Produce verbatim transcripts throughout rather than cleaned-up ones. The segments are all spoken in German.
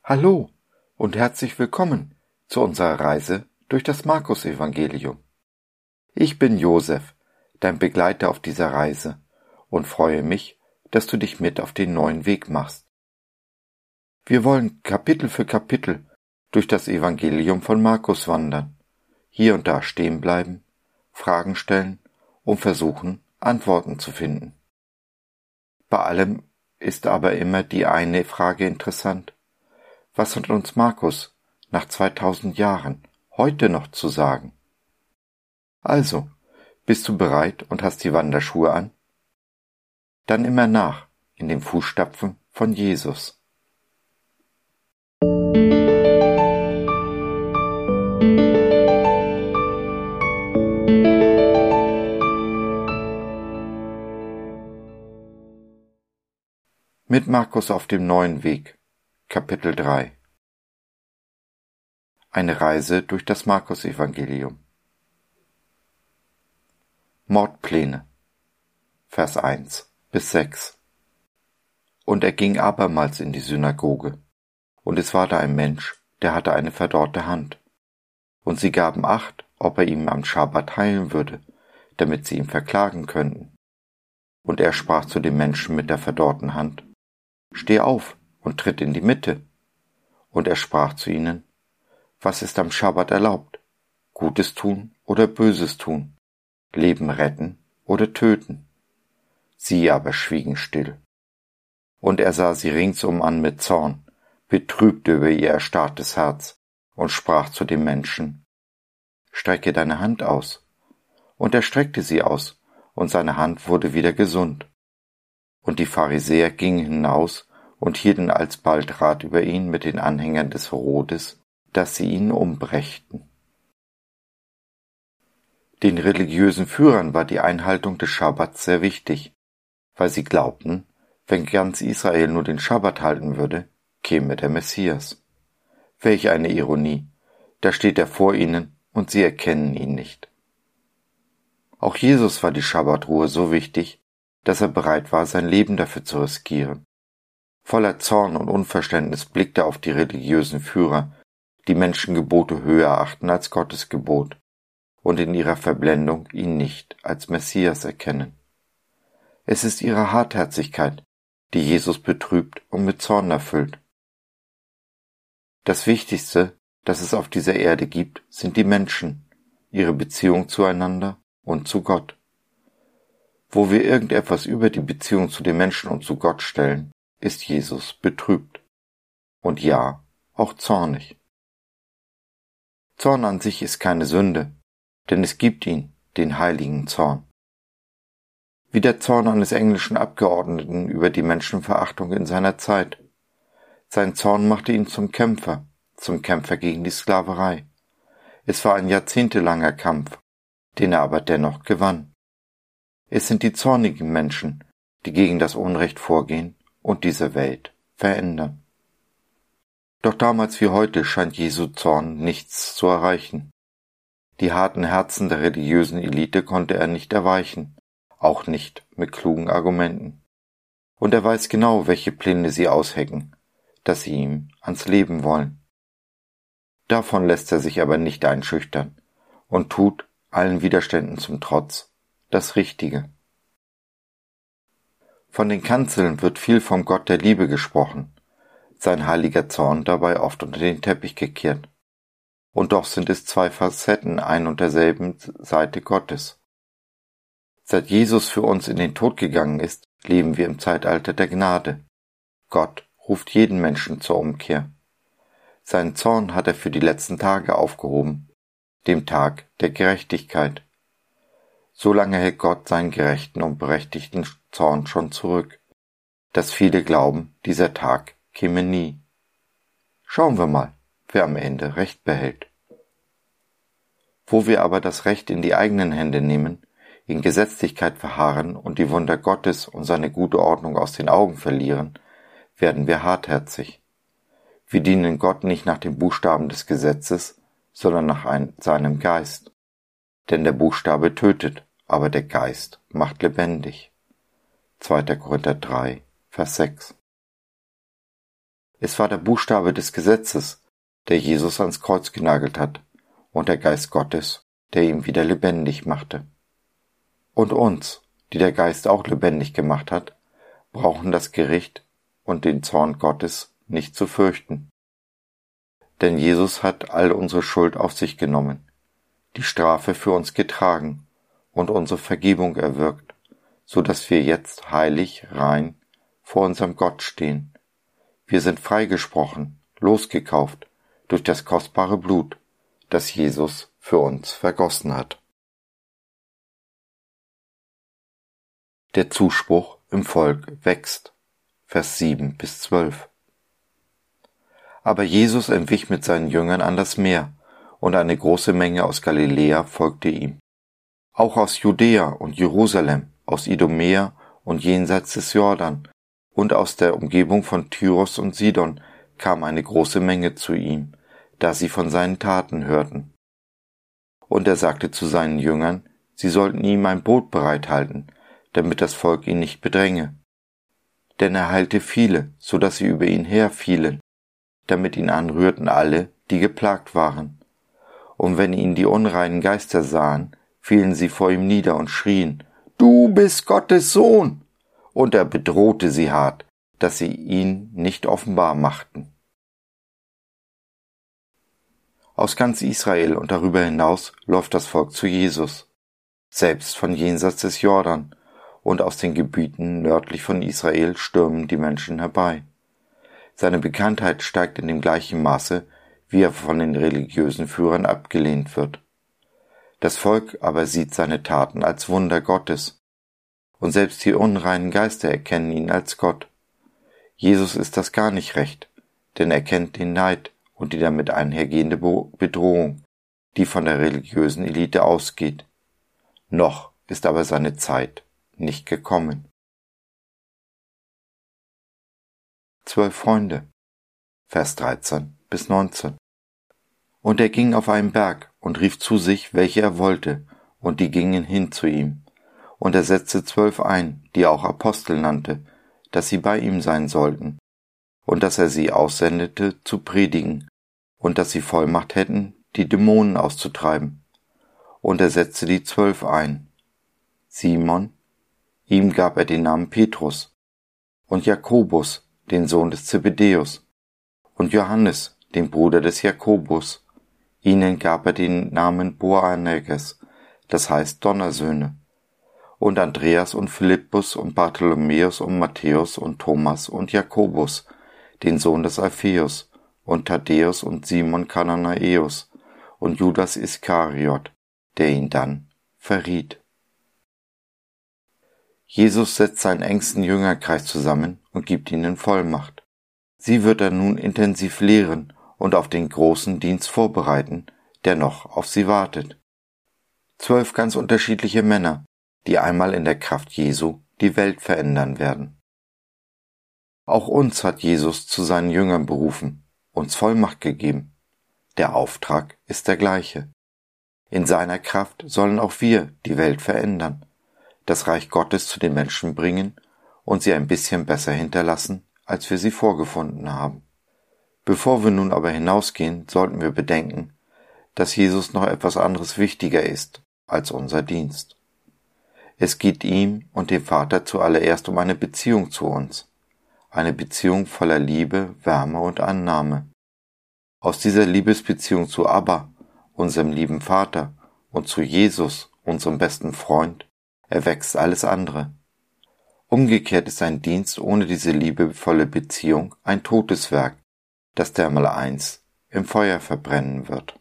Hallo und herzlich willkommen zu unserer Reise durch das Markus-Evangelium. Ich bin Josef, dein Begleiter auf dieser Reise, und freue mich, dass du dich mit auf den neuen Weg machst. Wir wollen Kapitel für Kapitel durch das Evangelium von Markus wandern, hier und da stehen bleiben, Fragen stellen und versuchen, Antworten zu finden. Bei allem ist aber immer die eine Frage interessant: Was hat uns Markus nach zweitausend Jahren heute noch zu sagen? Also, bist du bereit und hast die Wanderschuhe an? Dann immer nach in den Fußstapfen von Jesus. Mit Markus auf dem neuen Weg, Kapitel drei. Eine Reise durch das Markus-Evangelium. Mordpläne, Vers eins bis sechs. Und er ging abermals in die Synagoge, und es war da ein Mensch, der hatte eine verdorrte Hand. Und sie gaben Acht, ob er ihm am Schabbat heilen würde, damit sie ihn verklagen könnten. Und er sprach zu dem Menschen mit der verdorrten Hand: Steh auf und tritt in die Mitte. Und er sprach zu ihnen: Was ist am Schabbat erlaubt? Gutes tun oder Böses tun? Leben retten oder töten? Sie aber schwiegen still. Und er sah sie ringsum an mit Zorn, betrübte über ihr erstarrtes Herz, und sprach zu dem Menschen: Strecke deine Hand aus. Und er streckte sie aus, und seine Hand wurde wieder gesund. Und die Pharisäer gingen hinaus und hielten alsbald Rat über ihn mit den Anhängern des Herodes, dass sie ihn umbrächten. Den religiösen Führern war die Einhaltung des Schabbats sehr wichtig, weil sie glaubten, wenn ganz Israel nur den Schabbat halten würde, käme der Messias. Welch eine Ironie! Da steht er vor ihnen und sie erkennen ihn nicht. Auch Jesus war die Schabbatruhe so wichtig, dass er bereit war, sein Leben dafür zu riskieren. Voller Zorn und Unverständnis blickte er auf die religiösen Führer, die Menschengebote höher achten als Gottes Gebot und in ihrer Verblendung ihn nicht als Messias erkennen. Es ist ihre Hartherzigkeit, die Jesus betrübt und mit Zorn erfüllt. Das Wichtigste, das es auf dieser Erde gibt, sind die Menschen, ihre Beziehung zueinander und zu Gott. Wo wir irgendetwas über die Beziehung zu den Menschen und zu Gott stellen, ist Jesus betrübt. Und ja, auch zornig. Zorn an sich ist keine Sünde, denn es gibt ihn, den heiligen Zorn. Wie der Zorn eines englischen Abgeordneten über die Menschenverachtung in seiner Zeit. Sein Zorn machte ihn zum Kämpfer, zum Kämpfer gegen die Sklaverei. Es war ein jahrzehntelanger Kampf, den er aber dennoch gewann. Es sind die zornigen Menschen, die gegen das Unrecht vorgehen und diese Welt verändern. Doch damals wie heute scheint Jesu Zorn nichts zu erreichen. Die harten Herzen der religiösen Elite konnte er nicht erweichen, auch nicht mit klugen Argumenten. Und er weiß genau, welche Pläne sie aushecken, dass sie ihm ans Leben wollen. Davon lässt er sich aber nicht einschüchtern und tut, allen Widerständen zum Trotz, das Richtige. Von den Kanzeln wird viel vom Gott der Liebe gesprochen, sein heiliger Zorn dabei oft unter den Teppich gekehrt. Und doch sind es zwei Facetten ein und derselben Seite Gottes. Seit Jesus für uns in den Tod gegangen ist, leben wir im Zeitalter der Gnade. Gott ruft jeden Menschen zur Umkehr. Seinen Zorn hat er für die letzten Tage aufgehoben, dem Tag der Gerechtigkeit. Solange hält Gott seinen gerechten und berechtigten Zorn schon zurück, dass viele glauben, dieser Tag käme nie. Schauen wir mal, wer am Ende Recht behält. Wo wir aber das Recht in die eigenen Hände nehmen, in Gesetzlichkeit verharren und die Wunder Gottes und seine gute Ordnung aus den Augen verlieren, werden wir hartherzig. Wir dienen Gott nicht nach den Buchstaben des Gesetzes, sondern nach ein, seinem Geist. Denn der Buchstabe tötet, aber der Geist macht lebendig. zweiter Korinther drei, Vers sechs. Es war der Buchstabe des Gesetzes, der Jesus ans Kreuz genagelt hat, und der Geist Gottes, der ihn wieder lebendig machte. Und uns, die der Geist auch lebendig gemacht hat, brauchen das Gericht und den Zorn Gottes nicht zu fürchten. Denn Jesus hat all unsere Schuld auf sich genommen, die Strafe für uns getragen und unsere Vergebung erwirkt, so dass wir jetzt heilig, rein vor unserem Gott stehen. Wir sind freigesprochen, losgekauft durch das kostbare Blut, das Jesus für uns vergossen hat. Der Zuspruch im Volk wächst. Vers sieben bis zwölf. Aber Jesus entwich mit seinen Jüngern an das Meer, und eine große Menge aus Galiläa folgte ihm. Auch aus Judäa und Jerusalem, aus Idumea und jenseits des Jordan und aus der Umgebung von Tyros und Sidon kam eine große Menge zu ihm, da sie von seinen Taten hörten. Und er sagte zu seinen Jüngern, sie sollten ihm ein Boot bereithalten, damit das Volk ihn nicht bedränge. Denn er heilte viele, so dass sie über ihn herfielen, damit ihn anrührten alle, die geplagt waren. Und wenn ihn die unreinen Geister sahen, fielen sie vor ihm nieder und schrien, »Du bist Gottes Sohn!« Und er bedrohte sie hart, dass sie ihn nicht offenbar machten. Aus ganz Israel und darüber hinaus läuft das Volk zu Jesus, selbst von jenseits des Jordan, und aus den Gebieten nördlich von Israel stürmen die Menschen herbei. Seine Bekanntheit steigt in dem gleichen Maße, wie er von den religiösen Führern abgelehnt wird. Das Volk aber sieht seine Taten als Wunder Gottes, und selbst die unreinen Geister erkennen ihn als Gott. Jesus ist das gar nicht recht, denn er kennt den Neid und die damit einhergehende Bedrohung, die von der religiösen Elite ausgeht. Noch ist aber seine Zeit nicht gekommen. Zwölf Freunde, Vers dreizehn bis neunzehn. Und er ging auf einen Berg und rief zu sich, welche er wollte, und die gingen hin zu ihm. Und er setzte zwölf ein, die er auch Apostel nannte, dass sie bei ihm sein sollten, und dass er sie aussendete zu predigen, und dass sie Vollmacht hätten, die Dämonen auszutreiben. Und er setzte die zwölf ein. Simon, ihm gab er den Namen Petrus, und Jakobus, den Sohn des Zebedäus, und Johannes, den Bruder des Jakobus. Ihnen gab er den Namen Boanerges, das heißt Donnersöhne, und Andreas und Philippus und Bartholomäus und Matthäus und Thomas und Jakobus, den Sohn des Alpheus, und Thaddäus und Simon Kananäus und Judas Iskariot, der ihn dann verriet. Jesus setzt seinen engsten Jüngerkreis zusammen und gibt ihnen Vollmacht. Sie wird er nun intensiv lehren und auf den großen Dienst vorbereiten, der noch auf sie wartet. Zwölf ganz unterschiedliche Männer, die einmal in der Kraft Jesu die Welt verändern werden. Auch uns hat Jesus zu seinen Jüngern berufen, uns Vollmacht gegeben. Der Auftrag ist der gleiche. In seiner Kraft sollen auch wir die Welt verändern, das Reich Gottes zu den Menschen bringen und sie ein bisschen besser hinterlassen, als wir sie vorgefunden haben. Bevor wir nun aber hinausgehen, sollten wir bedenken, dass Jesus noch etwas anderes wichtiger ist als unser Dienst. Es geht ihm und dem Vater zuallererst um eine Beziehung zu uns, eine Beziehung voller Liebe, Wärme und Annahme. Aus dieser Liebesbeziehung zu Abba, unserem lieben Vater, und zu Jesus, unserem besten Freund, erwächst alles andere. Umgekehrt ist ein Dienst ohne diese liebevolle Beziehung ein totes Werk, das dermaleinst im Feuer verbrennen wird.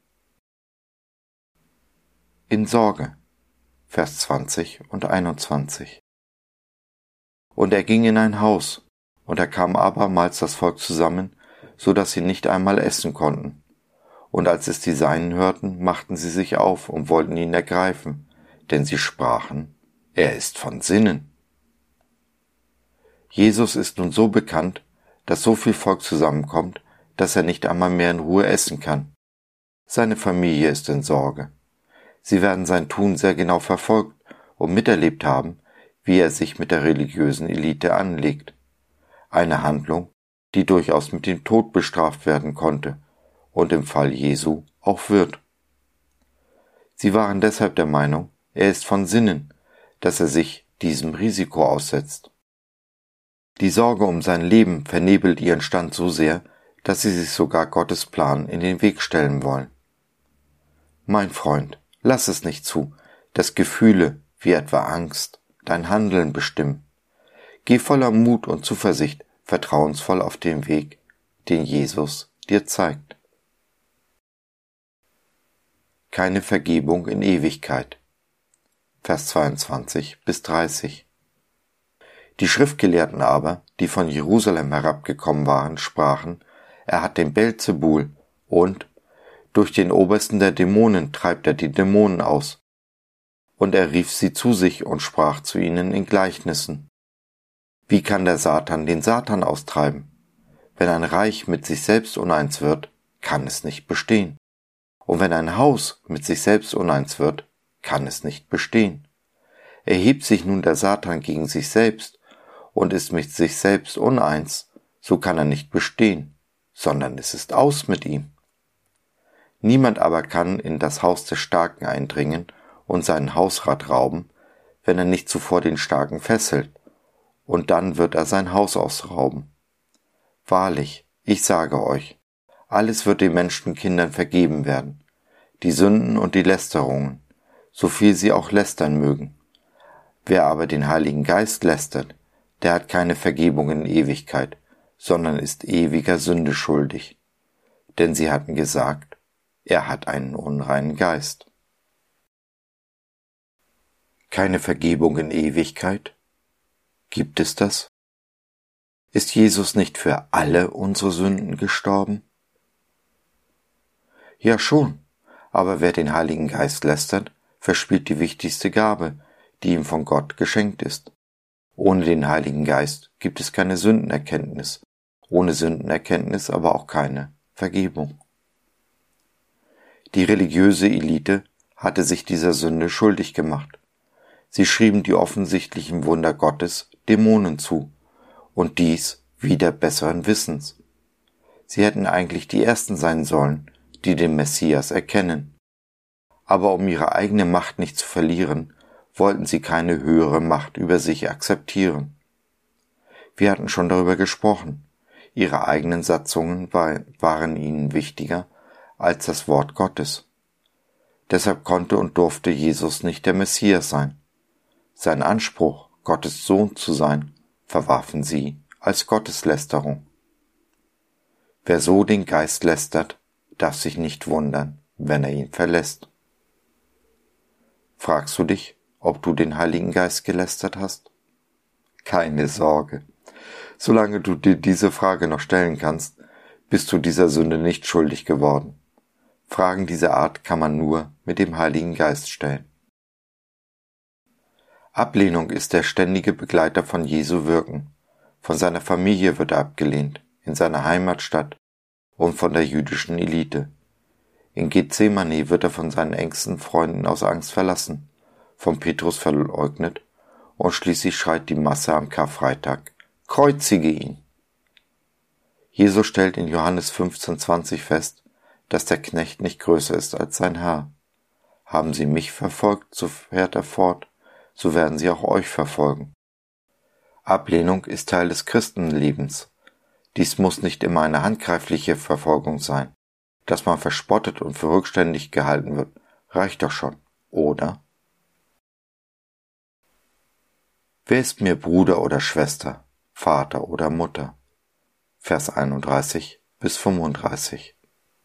In Sorge, Vers zwanzig und einundzwanzig. Und er ging in ein Haus, und da kam abermals das Volk zusammen, so dass sie nicht einmal essen konnten. Und als es die Seinen hörten, machten sie sich auf und wollten ihn ergreifen, denn sie sprachen, er ist von Sinnen. Jesus ist nun so bekannt, dass so viel Volk zusammenkommt, dass er nicht einmal mehr in Ruhe essen kann. Seine Familie ist in Sorge. Sie werden sein Tun sehr genau verfolgt und miterlebt haben, wie er sich mit der religiösen Elite anlegt. Eine Handlung, die durchaus mit dem Tod bestraft werden konnte und im Fall Jesu auch wird. Sie waren deshalb der Meinung, er ist von Sinnen, dass er sich diesem Risiko aussetzt. Die Sorge um sein Leben vernebelt ihren Stand so sehr, dass sie sich sogar Gottes Plan in den Weg stellen wollen. Mein Freund, lass es nicht zu, dass Gefühle wie etwa Angst dein Handeln bestimmen. Geh voller Mut und Zuversicht vertrauensvoll auf den Weg, den Jesus dir zeigt. Keine Vergebung in Ewigkeit. Vers zweiundzwanzig bis dreißig. Die Schriftgelehrten aber, die von Jerusalem herabgekommen waren, sprachen, er hat den Belzebul und durch den Obersten der Dämonen treibt er die Dämonen aus. Und er rief sie zu sich und sprach zu ihnen in Gleichnissen. Wie kann der Satan den Satan austreiben? Wenn ein Reich mit sich selbst uneins wird, kann es nicht bestehen. Und wenn ein Haus mit sich selbst uneins wird, kann es nicht bestehen. Erhebt sich nun der Satan gegen sich selbst und ist mit sich selbst uneins, so kann er nicht bestehen, sondern es ist aus mit ihm. Niemand aber kann in das Haus des Starken eindringen und seinen Hausrat rauben, wenn er nicht zuvor den Starken fesselt, und dann wird er sein Haus ausrauben. Wahrlich, ich sage euch, alles wird den Menschenkindern vergeben werden, die Sünden und die Lästerungen, so viel sie auch lästern mögen. Wer aber den Heiligen Geist lästert, der hat keine Vergebung in Ewigkeit, sondern ist ewiger Sünde schuldig. Denn sie hatten gesagt, er hat einen unreinen Geist. Keine Vergebung in Ewigkeit? Gibt es das? Ist Jesus nicht für alle unsere Sünden gestorben? Ja schon, aber wer den Heiligen Geist lästert, verspielt die wichtigste Gabe, die ihm von Gott geschenkt ist. Ohne den Heiligen Geist gibt es keine Sündenerkenntnis, ohne Sündenerkenntnis aber auch keine Vergebung. Die religiöse Elite hatte sich dieser Sünde schuldig gemacht. Sie schrieben die offensichtlichen Wunder Gottes Dämonen zu, und dies wider besseren Wissens. Sie hätten eigentlich die Ersten sein sollen, die den Messias erkennen. Aber um ihre eigene Macht nicht zu verlieren, wollten sie keine höhere Macht über sich akzeptieren. Wir hatten schon darüber gesprochen. Ihre eigenen Satzungen waren ihnen wichtiger als das Wort Gottes. Deshalb konnte und durfte Jesus nicht der Messias sein. Sein Anspruch, Gottes Sohn zu sein, verwarfen sie als Gotteslästerung. Wer so den Geist lästert, darf sich nicht wundern, wenn er ihn verlässt. Fragst du dich, ob du den Heiligen Geist gelästert hast? Keine Sorge. Solange du dir diese Frage noch stellen kannst, bist du dieser Sünde nicht schuldig geworden. Fragen dieser Art kann man nur mit dem Heiligen Geist stellen. Ablehnung ist der ständige Begleiter von Jesu Wirken. Von seiner Familie wird er abgelehnt, in seiner Heimatstadt und von der jüdischen Elite. In Gethsemane wird er von seinen engsten Freunden aus Angst verlassen, von Petrus verleugnet und schließlich schreit die Masse am Karfreitag: Kreuzige ihn! Jesus stellt in Johannes fünfzehn zwanzig fest, dass der Knecht nicht größer ist als sein Herr. Haben sie mich verfolgt, so fährt er fort, so werden sie auch euch verfolgen. Ablehnung ist Teil des Christenlebens. Dies muss nicht immer eine handgreifliche Verfolgung sein. Dass man verspottet und für rückständig gehalten wird, reicht doch schon, oder? Wer ist mir Bruder oder Schwester, Vater oder Mutter? Vers einunddreißig bis fünfunddreißig.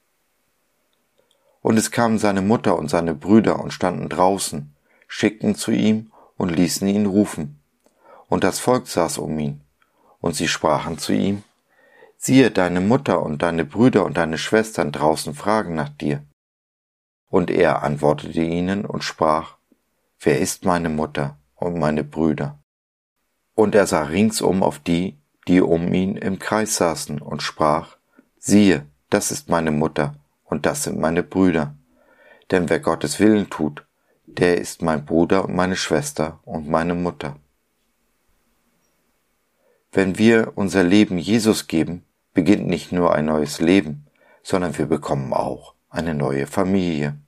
Und es kamen seine Mutter und seine Brüder und standen draußen, schickten zu ihm und ließen ihn rufen. Und das Volk saß um ihn, und sie sprachen zu ihm: Siehe, deine Mutter und deine Brüder und deine Schwestern draußen fragen nach dir. Und er antwortete ihnen und sprach: Wer ist meine Mutter und meine Brüder? Und er sah ringsum auf die, die um ihn im Kreis saßen, und sprach: Siehe, das ist meine Mutter und das sind meine Brüder. Denn wer Gottes Willen tut, der ist mein Bruder und meine Schwester und meine Mutter. Wenn wir unser Leben Jesus geben, beginnt nicht nur ein neues Leben, sondern wir bekommen auch eine neue Familie.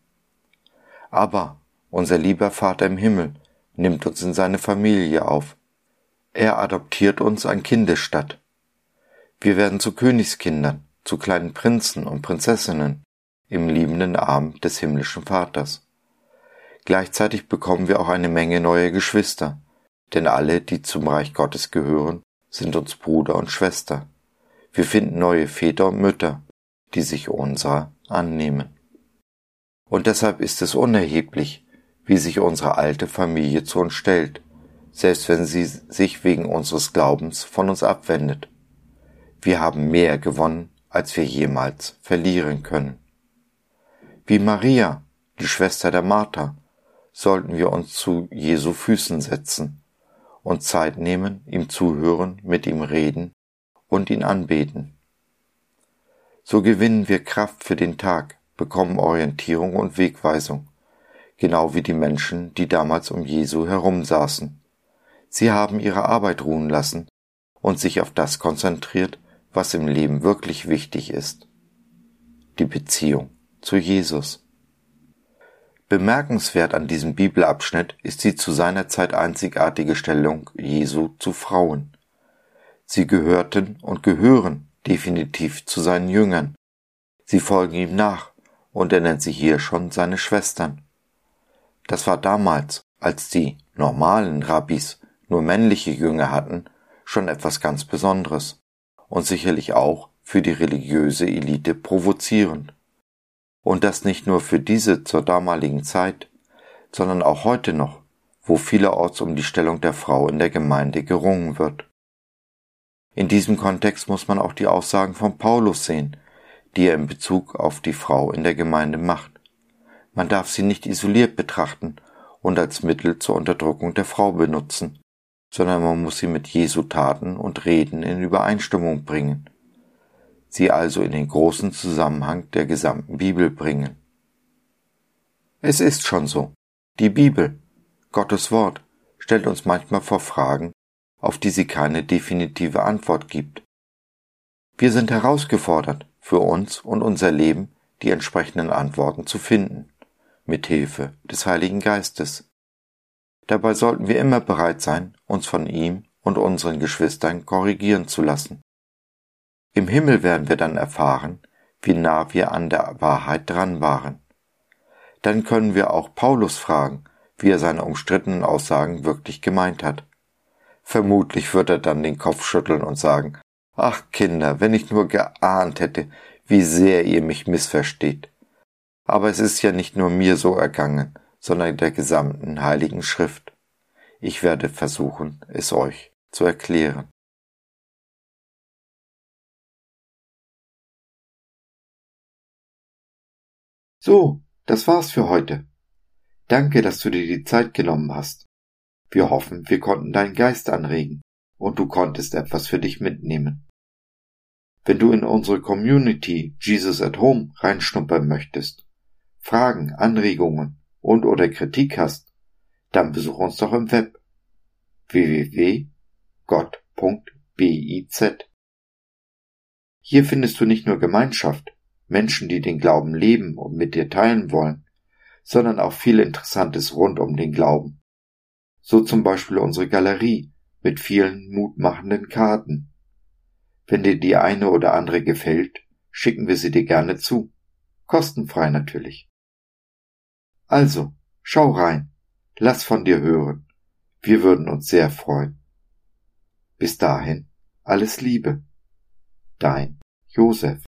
Aber unser lieber Vater im Himmel nimmt uns in seine Familie auf. Er adoptiert uns an Kindesstatt. Wir werden zu Königskindern, zu kleinen Prinzen und Prinzessinnen im liebenden Arm des himmlischen Vaters. Gleichzeitig bekommen wir auch eine Menge neue Geschwister, denn alle, die zum Reich Gottes gehören, sind uns Bruder und Schwester. Wir finden neue Väter und Mütter, die sich unserer annehmen. Und deshalb ist es unerheblich, wie sich unsere alte Familie zu uns stellt, selbst wenn sie sich wegen unseres Glaubens von uns abwendet. Wir haben mehr gewonnen, als wir jemals verlieren können. Wie Maria, die Schwester der Martha, sollten wir uns zu Jesu Füßen setzen und Zeit nehmen, ihm zuhören, mit ihm reden und ihn anbeten. So gewinnen wir Kraft für den Tag, bekommen Orientierung und Wegweisung, genau wie die Menschen, die damals um Jesu herum saßen. Sie haben ihre Arbeit ruhen lassen und sich auf das konzentriert, was im Leben wirklich wichtig ist: die Beziehung zu Jesus. Bemerkenswert an diesem Bibelabschnitt ist die zu seiner Zeit einzigartige Stellung Jesu zu Frauen. Sie gehörten und gehören definitiv zu seinen Jüngern. Sie folgen ihm nach und er nennt sie hier schon seine Schwestern. Das war damals, als die normalen Rabbis nur männliche Jünger hatten, schon etwas ganz Besonderes und sicherlich auch für die religiöse Elite provozierend. Und das nicht nur für diese zur damaligen Zeit, sondern auch heute noch, wo vielerorts um die Stellung der Frau in der Gemeinde gerungen wird. In diesem Kontext muss man auch die Aussagen von Paulus sehen, die er in Bezug auf die Frau in der Gemeinde macht. Man darf sie nicht isoliert betrachten und als Mittel zur Unterdrückung der Frau benutzen, sondern man muss sie mit Jesu Taten und Reden in Übereinstimmung bringen, sie also in den großen Zusammenhang der gesamten Bibel bringen. Es ist schon so. Die Bibel, Gottes Wort, stellt uns manchmal vor Fragen, auf die sie keine definitive Antwort gibt. Wir sind herausgefordert, für uns und unser Leben die entsprechenden Antworten zu finden, mit Hilfe des Heiligen Geistes. Dabei sollten wir immer bereit sein, uns von ihm und unseren Geschwistern korrigieren zu lassen. Im Himmel werden wir dann erfahren, wie nah wir an der Wahrheit dran waren. Dann können wir auch Paulus fragen, wie er seine umstrittenen Aussagen wirklich gemeint hat. Vermutlich wird er dann den Kopf schütteln und sagen: »Ach Kinder, wenn ich nur geahnt hätte, wie sehr ihr mich missversteht. Aber es ist ja nicht nur mir so ergangen, sondern der gesamten Heiligen Schrift. Ich werde versuchen, es euch zu erklären.« So, das war's für heute. Danke, dass du dir die Zeit genommen hast. Wir hoffen, wir konnten deinen Geist anregen und du konntest etwas für dich mitnehmen. Wenn du in unsere Community Jesus at Home reinschnuppern möchtest, Fragen, Anregungen und oder Kritik hast, dann besuch uns doch im Web w w w punkt gott punkt biz. Hier findest du nicht nur Gemeinschaft, Menschen, die den Glauben leben und mit dir teilen wollen, sondern auch viel Interessantes rund um den Glauben. So zum Beispiel unsere Galerie mit vielen mutmachenden Karten. Wenn dir die eine oder andere gefällt, schicken wir sie dir gerne zu. Kostenfrei natürlich. Also, schau rein, lass von dir hören. Wir würden uns sehr freuen. Bis dahin, alles Liebe. Dein Josef.